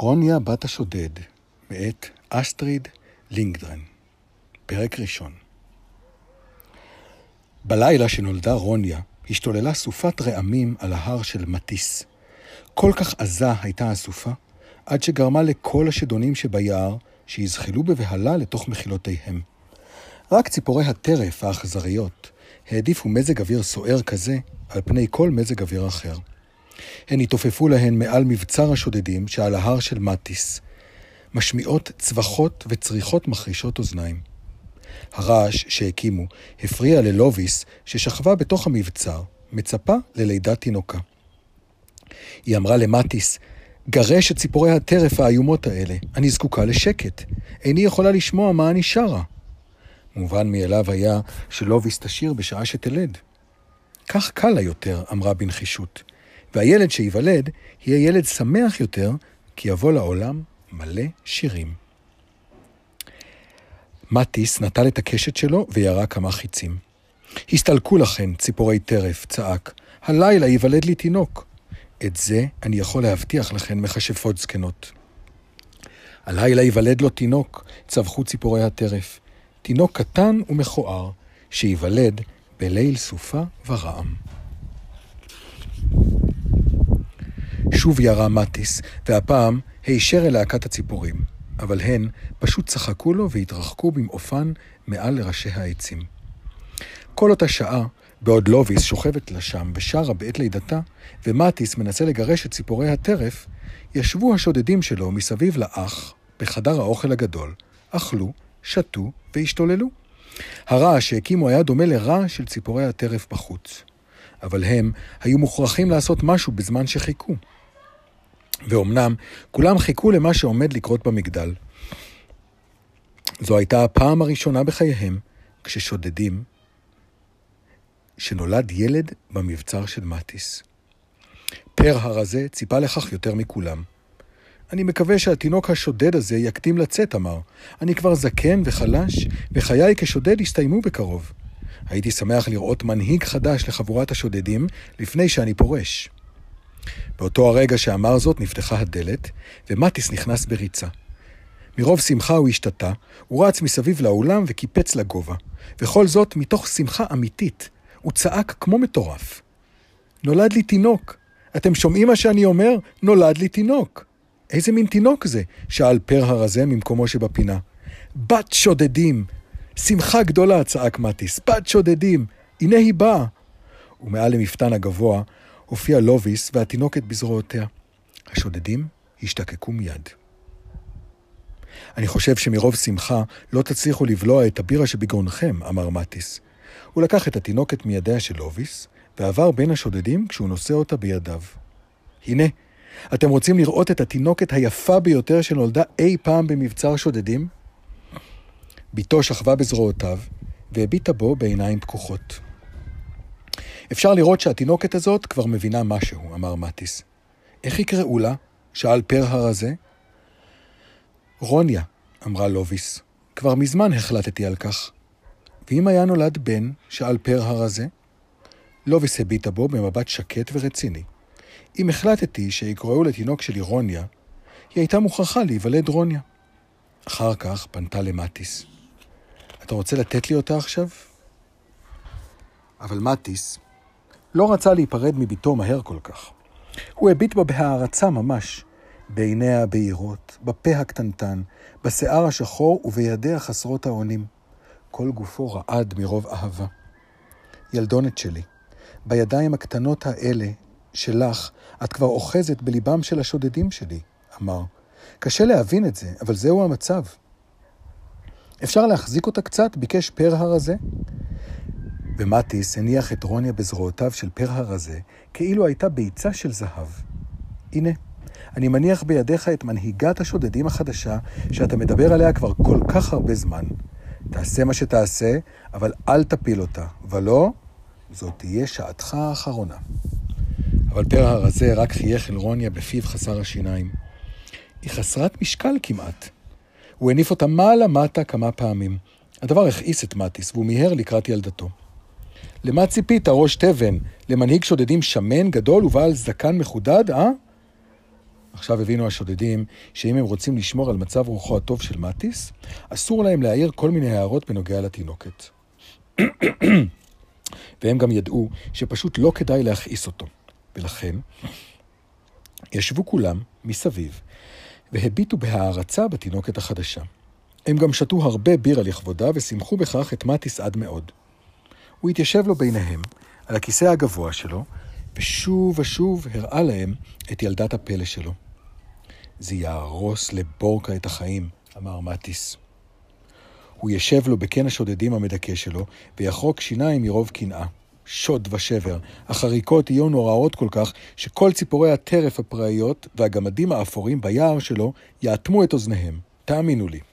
רוניה בת השודד, מאת אסטריד לינגדרן. פרק ראשון. בלילה שנולדה רוניה, השתוללה סופת רעמים על ההר של מטיס. כל כך עזה הייתה הסופה, עד שגרמה לכל השדונים שביער שיזחלו בבהלה לתוך מחילותיהם. רק ציפורי הטרף האכזריות העדיפו מזג אוויר סוער כזה על פני כל מזג אוויר אחר. הן התעופפו להן מעל מבצר השודדים שעל ההר של מטיס, משמיעות צווחות וצריחות מחרישות אוזניים. הרעש שהקימו הפריע ללוביס ששכבה בתוך המבצר, מצפה ללידת תינוקה. היא אמרה למטיס, גרש את ציפורי הטרף האיומות האלה, אני זקוקה לשקט, איני יכולה לשמוע מה אני שרה. מובן מאליו היה שלוביס תשיר בשעה שתלד. כך קל לה יותר, אמרה בנחישות, והילד שיוולד יהיה ילד שמח יותר, כי יבוא לעולם מלא שירים. מטיס נטל את הקשת שלו וירה כמה חיצים. הסתלקו לכן, ציפורי טרף, צעק, הלילה ייוולד לי תינוק. את זה אני יכול להבטיח לכן מכשפות זקנות. הלילה ייוולד לו תינוק, צווחו ציפורי הטרף. תינוק קטן ומכוער, שיוולד בליל סופה ורעם. שוב ירה מטיס, והפעם הישר אל להקת הציפורים, אבל הן פשוט צחקו לו והתרחקו במעופן מעל לראשי העצים. כל אותה שעה, בעוד לוביס שוכבת לה שם ושרה בעת לידתה, ומטיס מנסה לגרש את ציפורי הטרף, ישבו השודדים שלו מסביב לאח בחדר האוכל הגדול, אכלו, שתו והשתוללו. הרעש שהקימו היה דומה לרעש של ציפורי הטרף בחוץ, אבל הם היו מוכרחים לעשות משהו בזמן שחיכו. ואומנם כולם חיכו למה שעומד לקרות במגדל. זו הייתה הפעם הראשונה בחייהם כששודדים שנולד ילד במבצר של מטיס. פר הרזה ציפה לכך יותר מכולם. אני מקווה שהתינוק השודד הזה יקדים לצאת, אמר. אני כבר זקן וחלש, וחיי כשודד הסתיימו בקרוב. הייתי שמח לראות מנהיג חדש לחבורת השודדים לפני שאני פורש. באותו הרגע שאמר זאת נפתחה הדלת, ומטיס נכנס בריצה. מרוב שמחה הוא השתתה, הוא רץ מסביב לאולם וקיפץ לגובה, וכל זאת מתוך שמחה אמיתית. הוא צעק כמו מטורף. נולד לי תינוק. אתם שומעים מה שאני אומר? נולד לי תינוק. איזה מין תינוק זה? שאל פר הרזה ממקומו שבפינה. בת שודדים. שמחה גדולה, צעק מטיס. בת שודדים. הנה היא באה. ומעל למפתן הגבוה הופיע לוביס והתינוקת בזרועותיה. השודדים השתקקו מיד. אני חושב שמרוב שמחה לא תצליחו לבלוע את הבירה שבגרונכם, אמר מטיס. הוא לקח את התינוקת מידיה של לוביס ועבר בין השודדים כשהוא נושא אותה בידיו. הנה, אתם רוצים לראות את התינוקת היפה ביותר שנולדה אי פעם במבצר שודדים? ביתו שכבה בזרועותיו והביטה בו בעיניים פקוחות. אפשר לראות שהתינוקת הזאת כבר מבינה משהו, אמר מטיס. איך יקראו לה? שאל פר הרזה. רוניה, אמרה לוביס. כבר מזמן החלטתי על כך. ואם היה נולד בן, שאל פר הרזה? לוביס הביטה בו במבט שקט ורציני. אם החלטתי שיקראו לתינוק שלי רוניה, היא הייתה מוכרחה להיוולד רוניה. אחר כך פנתה למטיס. אתה רוצה לתת לי אותה עכשיו? אבל מטיס לא רצה להיפרד מביתו מהר כל כך. הוא הביט בה בהערצה ממש, בעיניה הבהירות, בפה הקטנטן, בשיער השחור ובידיה חסרות האונים. כל גופו רעד מרוב אהבה. ילדונת שלי, בידיים הקטנות האלה שלך, את כבר אוחזת בליבם של השודדים שלי, אמר. קשה להבין את זה, אבל זהו המצב. אפשר להחזיק אותה קצת, ביקש פר הרזה. ומטיס הניח את רוניה בזרועותיו של פר הרזה, כאילו הייתה ביצה של זהב. הנה, אני מניח בידיך את מנהיגת השודדים החדשה, שאתה מדבר עליה כבר כל כך הרבה זמן. תעשה מה שתעשה, אבל אל תפיל אותה, ולא, זאת תהיה שעתך האחרונה. אבל פר הרזה רק חייך אל רוניה בפיו חסר השיניים. היא חסרת משקל כמעט. הוא הניף אותה מעלה מטה כמה פעמים. הדבר הכעיס את מטיס, והוא מיהר לקראת ילדתו. למה ציפית, ראש תבן? למנהיג שודדים שמן, גדול ובעל זקן מחודד, אה? עכשיו הבינו השודדים שאם הם רוצים לשמור על מצב רוחו הטוב של מטיס, אסור להם להעיר כל מיני הערות בנוגע לתינוקת. והם גם ידעו שפשוט לא כדאי להכעיס אותו. ולכן ישבו כולם מסביב והביטו בהערצה בתינוקת החדשה. הם גם שתו הרבה בירה לכבודה ושמחו בכך את מטיס עד מאוד. הוא התיישב לו ביניהם על הכיסא הגבוה שלו, ושוב ושוב הראה להם את ילדת הפלא שלו. זה יהרוס לבורקה את החיים, אמר מטיס. הוא ישב לו בקן השודדים המדכא שלו, ויחרוק שיניים מרוב קנאה. שוד ושבר, החריקות יהיו נוראות כל כך, שכל ציפורי הטרף הפראיות והגמדים האפורים ביער שלו יאטמו את אוזניהם. תאמינו לי.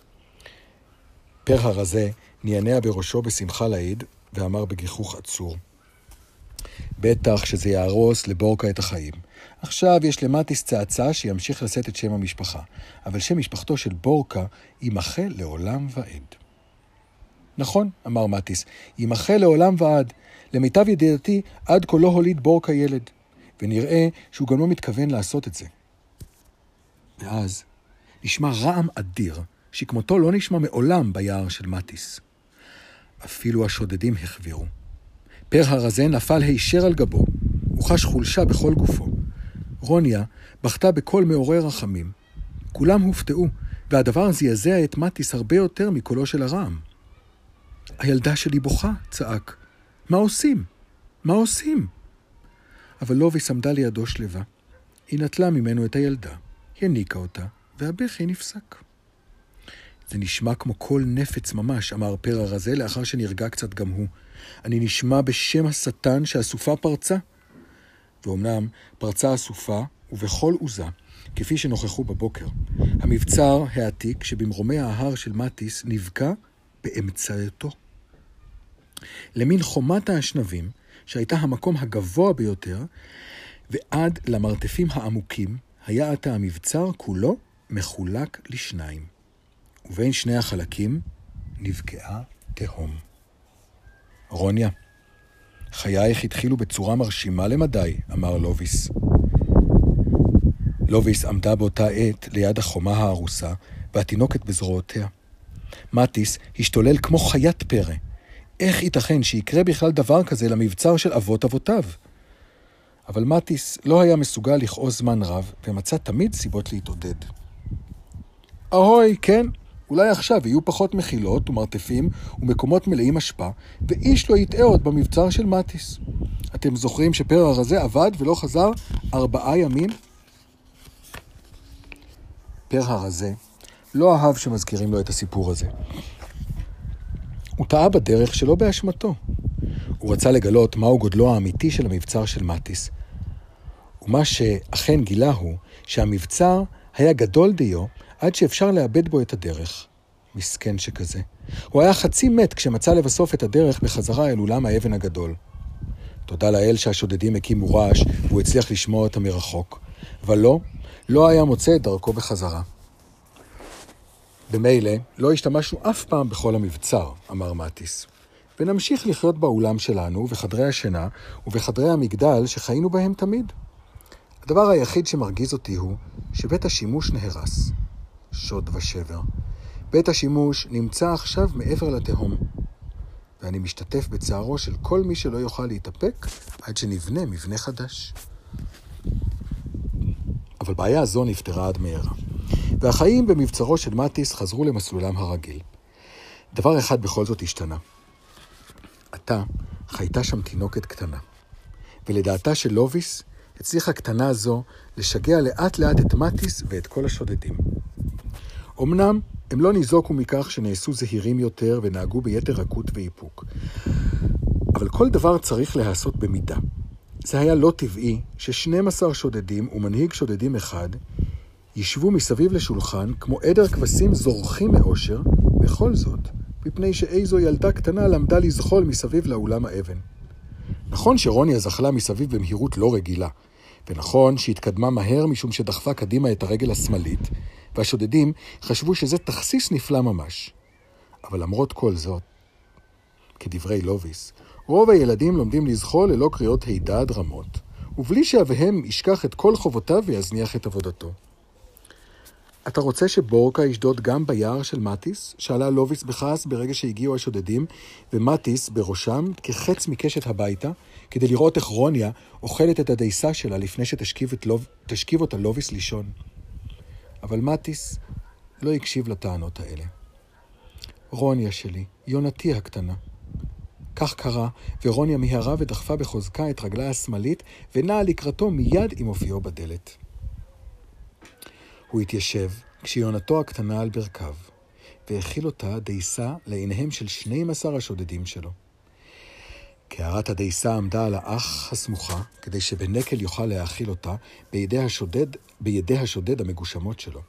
פר הרזה נענע בראשו בשמחה לעיד, ואמר בגיחוך עצור. בטח שזה יהרוס לבורקה את החיים. עכשיו יש למטיס צאצא שימשיך לשאת את שם המשפחה, אבל שם משפחתו של בורקה יימחה לעולם ועד. נכון, אמר מטיס, יימחה לעולם ועד. למיטב ידיעתי, עד כה לא הוליד בורקה ילד, ונראה שהוא גם לא מתכוון לעשות את זה. ואז נשמע רעם אדיר, שכמותו לא נשמע מעולם ביער של מטיס. אפילו השודדים החבירו. פר הרזה נפל הישר על גבו, הוא חש חולשה בכל גופו. רוניה בכתה בקול מעורר רחמים. כולם הופתעו, והדבר זעזע את מטיס הרבה יותר מקולו של הרעם. הילדה שלי בוכה, צעק. מה עושים? מה עושים? אבל לוביס עמדה לידו שלווה. היא נטלה ממנו את הילדה, הניקה אותה, והבכי נפסק. זה נשמע כמו קול נפץ ממש, אמר פר הרזה לאחר שנרגע קצת גם הוא. אני נשמע בשם השטן שהסופה פרצה. ואומנם פרצה הסופה ובכל עוזה, כפי שנוכחו בבוקר. המבצר העתיק שבמרומי ההר של מטיס נבקע באמצעותו. למין חומת האשנבים, שהייתה המקום הגבוה ביותר, ועד למרתפים העמוקים, היה עתה המבצר כולו מחולק לשניים. ובין שני החלקים נבקעה תהום. רוניה, חייך התחילו בצורה מרשימה למדי, אמר לוביס. לוביס עמדה באותה עת ליד החומה הארוסה, והתינוקת בזרועותיה. מטיס השתולל כמו חיית פרא. איך ייתכן שיקרה בכלל דבר כזה למבצר של אבות אבותיו? אבל מטיס לא היה מסוגל לכעוס זמן רב, ומצא תמיד סיבות להתעודד. אהוי, כן, אולי עכשיו יהיו פחות מחילות ומרתפים ומקומות מלאים אשפה, ואיש לא יטעה עוד במבצר של מטיס. אתם זוכרים שפר הרזה עבד ולא חזר 4 ימים? פר הרזה לא אהב שמזכירים לו את הסיפור הזה. הוא טעה בדרך שלא באשמתו. הוא רצה לגלות מהו גודלו האמיתי של המבצר של מטיס. ומה שאכן גילה הוא שהמבצר היה גדול דיו עד שאפשר לאבד בו את הדרך. מסכן שכזה. הוא היה חצי מת כשמצא לבסוף את הדרך בחזרה אל אולם האבן הגדול. תודה לאל שהשודדים הקימו רעש והוא הצליח לשמוע אותם מרחוק. אבל לא היה מוצא את דרכו בחזרה. במילא לא השתמשנו אף פעם בכל המבצר, אמר מטיס. ונמשיך לחיות באולם שלנו ובחדרי השינה ובחדרי המגדל שחיינו בהם תמיד. הדבר היחיד שמרגיז אותי הוא שבית השימוש נהרס. שוד ושבר. בית השימוש נמצא עכשיו מעבר לתהום. ואני משתתף בצערו של כל מי שלא יוכל להתאפק עד שנבנה מבנה חדש. אבל בעיה זו נפתרה עד מהרה. והחיים במבצרו של מטיס חזרו למסלולם הרגיל. דבר אחד בכל זאת השתנה. עתה חייתה שם תינוקת קטנה. ולדעתה של לוביס, הצליחה קטנה זו לשגע לאט לאט את מטיס ואת כל השודדים. אמנם הם לא ניזוקו מכך שנעשו זהירים יותר ונהגו ביתר רכות ואיפוק. אבל כל דבר צריך להיעשות במידה. זה היה לא טבעי ש12 שודדים ומנהיג שודדים אחד ישבו מסביב לשולחן כמו עדר כבשים זורחים מאושר, בכל זאת, מפני שאיזו ילדה קטנה למדה לזחול מסביב לאולם האבן. נכון שרוניה זחלה מסביב במהירות לא רגילה, ונכון שהתקדמה מהר משום שדחפה קדימה את הרגל השמאלית, והשודדים חשבו שזה תכסיס נפלא ממש. אבל למרות כל זאת, כדברי לוביס, רוב הילדים לומדים לזחול ללא קריאות הידד רמות, ובלי שאביהם ישכח את כל חובותיו ויזניח את עבודתו. אתה רוצה שבורקה ישדוד גם ביער של מטיס? שאלה לוביס בכעס ברגע שהגיעו השודדים, ומטיס בראשם כחץ מקשת הביתה, כדי לראות איך רוניה אוכלת את הדייסה שלה לפני שתשכיב אותה לוביס לישון. אבל מטיס לא הקשיב לטענות האלה. רוניה שלי, יונתי הקטנה. כך קרה, ורוניה מהרה ודחפה בחוזקה את רגלה השמאלית, ונעה לקראתו מיד עם הופיעו בדלת. הוא התיישב כשיונתו הקטנה על ברכיו, והכיל אותה דייסה לעיניהם של 12 השודדים שלו. קערת הדייסה עמדה על האח הסמוכה, כדי שבנקל יוכל להאכיל אותה בידי השודד המגושמות שלו.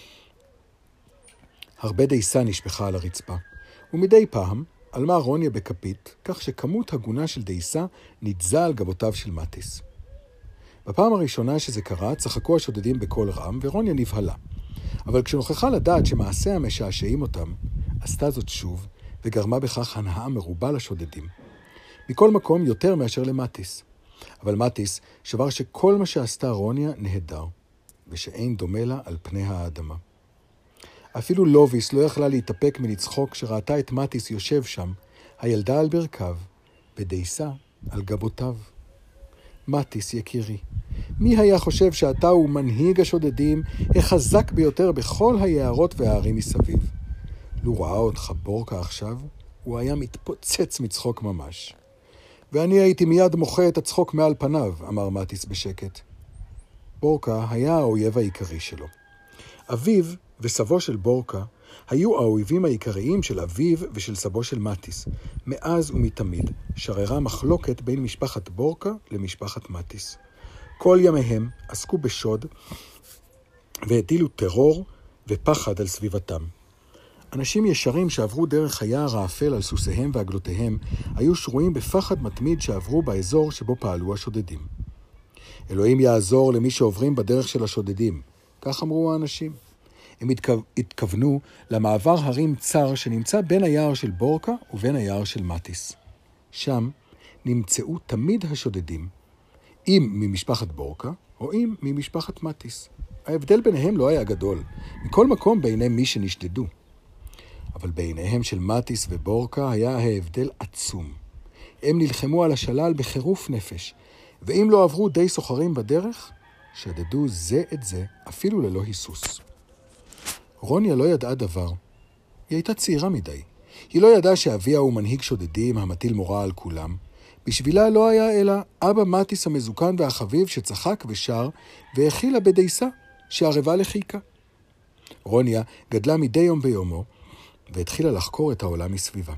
הרבה דייסה נשפחה על הרצפה, ומדי פעם עלמה רוניה בכפית, כך שכמות הגונה של דייסה נתזה על גבותיו של מטיס. בפעם הראשונה שזה קרה, צחקו השודדים בקול רם, ורוניה נבהלה. אבל כשנוכחה לדעת שמעשיה משעשעים אותם, עשתה זאת שוב, וגרמה בכך הנאה מרובה לשודדים. מכל מקום יותר מאשר למטיס. אבל מטיס שבר שכל מה שעשתה רוניה נהדר, ושאין דומה לה על פני האדמה. אפילו לוביס לא יכלה להתאפק מלצחוק כשראתה את מטיס יושב שם, הילדה על ברכיו, ודייסה על גבותיו. מטיס יקירי, מי היה חושב שאתה הוא מנהיג השודדים החזק ביותר בכל היערות והערים מסביב? לו ראה אותך בורקה עכשיו, הוא היה מתפוצץ מצחוק ממש. ואני הייתי מיד מוחה את הצחוק מעל פניו, אמר מטיס בשקט. בורקה היה האויב העיקרי שלו. אביו וסבו של בורקה היו האויבים העיקריים של אביו ושל סבו של מטיס. מאז ומתמיד שררה מחלוקת בין משפחת בורקה למשפחת מטיס. כל ימיהם עסקו בשוד והטילו טרור ופחד על סביבתם. אנשים ישרים שעברו דרך היער האפל על סוסיהם ועגלותיהם היו שרויים בפחד מתמיד שעברו באזור שבו פעלו השודדים. אלוהים יעזור למי שעוברים בדרך של השודדים, כך אמרו האנשים. הם התכוונו למעבר הרים צר שנמצא בין היער של בורקה ובין היער של מטיס. שם נמצאו תמיד השודדים, אם ממשפחת בורקה או אם ממשפחת מטיס. ההבדל ביניהם לא היה גדול, מכל מקום בעיני מי שנשדדו. אבל בעיניהם של מטיס ובורקה היה ההבדל עצום. הם נלחמו על השלל בחירוף נפש, ואם לא עברו די סוחרים בדרך, שדדו זה את זה אפילו ללא היסוס. רוניה לא ידעה דבר. היא הייתה צעירה מדי. היא לא ידעה שאביה הוא מנהיג שודדים המטיל מורא על כולם. בשבילה לא היה אלא אבא מטיס המזוקן והחביב שצחק ושר והכילה בדייסה שערבה לחיקה. רוניה גדלה מדי יום ביומו והתחילה לחקור את העולם מסביבה.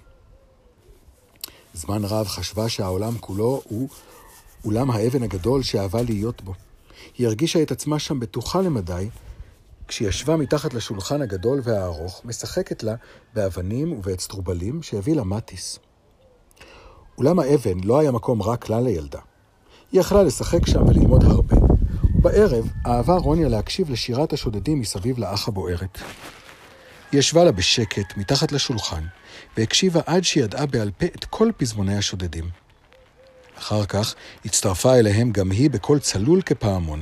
זמן רב חשבה שהעולם כולו הוא אולם האבן הגדול שאהבה להיות בו. היא הרגישה את עצמה שם בטוחה למדי, כשישבה מתחת לשולחן הגדול והארוך, משחקת לה באבנים ובאצטרובלים שהביא לה מטיס. אולם האבן לא היה מקום רק לה לילדה. היא יכלה לשחק שם וללמוד הרבה. ובערב אהבה רוניה להקשיב לשירת השודדים מסביב לאח הבוערת. היא ישבה לה בשקט מתחת לשולחן, והקשיבה עד שידעה בעל פה את כל פזמוני השודדים. אחר כך הצטרפה אליהם גם היא בקול צלול כפעמון.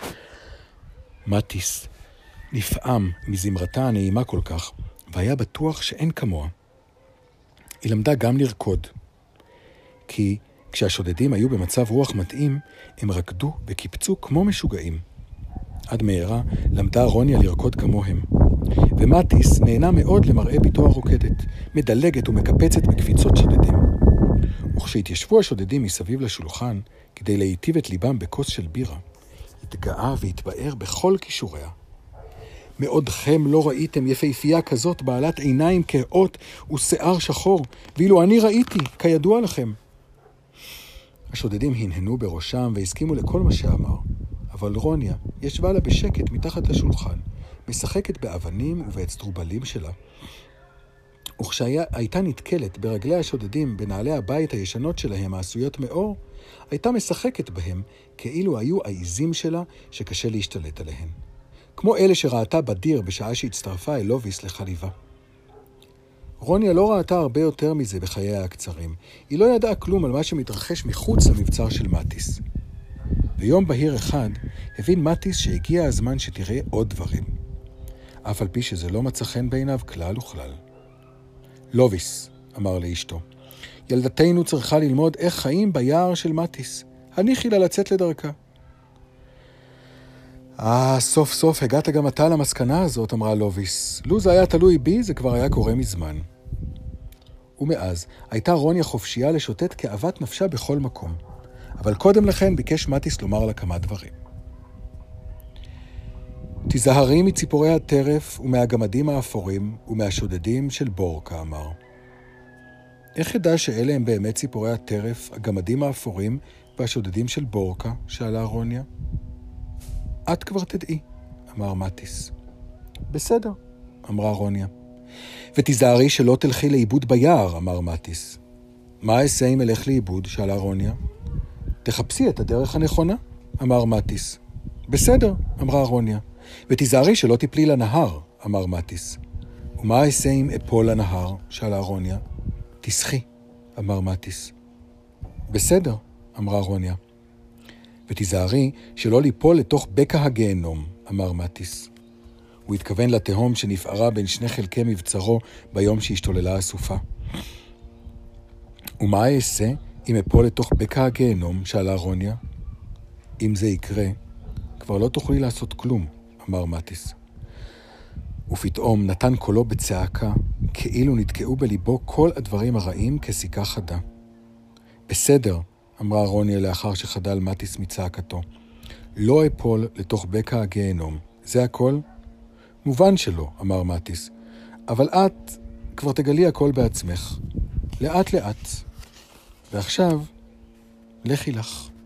מטיס נפעם מזמרתה הנעימה כל כך, והיה בטוח שאין כמוה. היא למדה גם לרקוד, כי כשהשודדים היו במצב רוח מתאים, הם רקדו וקיפצו כמו משוגעים. עד מהרה למדה רוניה לרקוד כמוהם. ומטיס נהנה מאוד למראה ביתו הרוקדת, מדלגת ומקפצת בקפיצות שודדים. וכשהתיישבו השודדים מסביב לשולחן, כדי להיטיב את ליבם בכוס של בירה, התגאה והתבאר בכל כישוריה. מעודכם לא ראיתם יפהפייה כזאת בעלת עיניים כהות ושיער שחור, ואילו אני ראיתי, כידוע לכם. השודדים הנהנו בראשם והסכימו לכל מה שאמר, אבל רוניה ישבה לה בשקט מתחת לשולחן, משחקת באבנים ובאצטרובלים שלה. וכשהייתה נתקלת ברגלי השודדים בנעלי הבית הישנות שלהם העשויות מאור, הייתה משחקת בהם כאילו היו העיזים שלה שקשה להשתלט עליהן. כמו אלה שראתה בדיר בשעה שהצטרפה אל לוביס לחליבה. רוניה לא ראתה הרבה יותר מזה בחייה הקצרים. היא לא ידעה כלום על מה שמתרחש מחוץ למבצר של מטיס. ביום בהיר אחד הבין מטיס שהגיע הזמן שתראה עוד דברים, אף על פי שזה לא מצא חן בעיניו כלל וכלל. לוביס, אמר לאשתו, ילדתנו צריכה ללמוד איך חיים ביער של מטיס. הניחי לה לצאת לדרכה. סוף סוף הגעת גם אתה למסקנה הזאת, אמרה לוביס. לו זה היה תלוי בי, זה כבר היה קורה מזמן. ומאז הייתה רוניה חופשייה לשוטט כאוות נפשה בכל מקום. אבל קודם לכן ביקש מטיס לומר לה כמה דברים. תיזהרי מציפורי הטרף ומהגמדים האפורים ומהשודדים של בורקה, אמר. איך ידע שאלה הם באמת ציפורי הטרף, הגמדים האפורים והשודדים של בורקה? שאלה רוניה. את כבר תדעי, אמר מטיס. בסדר, אמרה רוניה. ותיזהרי שלא תלכי לאיבוד ביער, אמר מטיס. מה אעשה אם אלך לאיבוד? שאלה רוניה. תחפשי את הדרך הנכונה, אמר מטיס. בסדר, אמרה רוניה. ותיזהרי שלא תיפלי לנהר, אמר מטיס. ומה אעשה אם אפול לנהר? שאלה רוניה. תשחי, אמר מטיס. בסדר, אמרה רוניה. ותיזהרי שלא ליפול לתוך בקע הגיהנום, אמר מטיס. הוא התכוון לתהום שנפערה בין שני חלקי מבצרו ביום שהשתוללה הסופה. ומה אעשה אם אפול לתוך בקע הגיהנום? שאלה רוניה. אם זה יקרה, כבר לא תוכלי לעשות כלום, אמר מטיס. ופתאום נתן קולו בצעקה, כאילו נתקעו בליבו כל הדברים הרעים כסיכה חדה. בסדר, אמרה רוניה לאחר שחדל מטיס מצעקתו. לא אפול לתוך בקע הגיהנום. זה הכל? מובן שלא, אמר מטיס. אבל את כבר תגלי הכל בעצמך. לאט לאט. ועכשיו, לכי לך.